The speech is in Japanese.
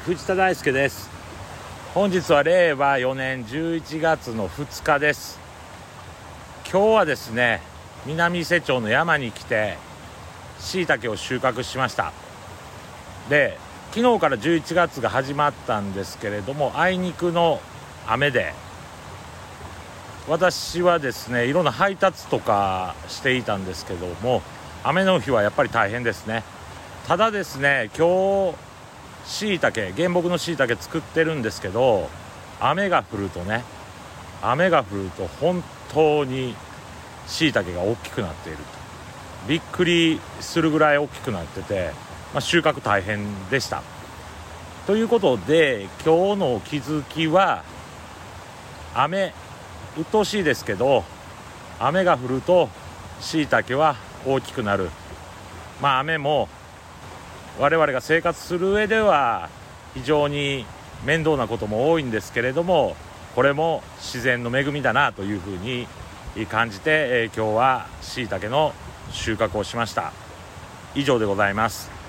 藤田大輔です。本日は令和4年11月の2日です。今日はですね、南伊勢町の山に来て椎茸を収穫しました。で、昨日から11月が始まったんですけれども、あいにくの雨で、私はですね、いろんな配達とかしていたんですけども、雨の日はやっぱり大変ですね。ただですね、今日椎茸、原木の椎茸作ってるんですけど、雨が降ると本当に椎茸が大きくなっていると、びっくりするぐらい大きくなってて、収穫大変でした。ということで、今日の気づきは、雨鬱陶しいですけど、雨が降ると椎茸は大きくなる。雨も我々が生活する上では非常に面倒なことも多いんですけれども、これも自然の恵みだなというふうに感じて、今日は椎茸の収穫をしました。以上でございます。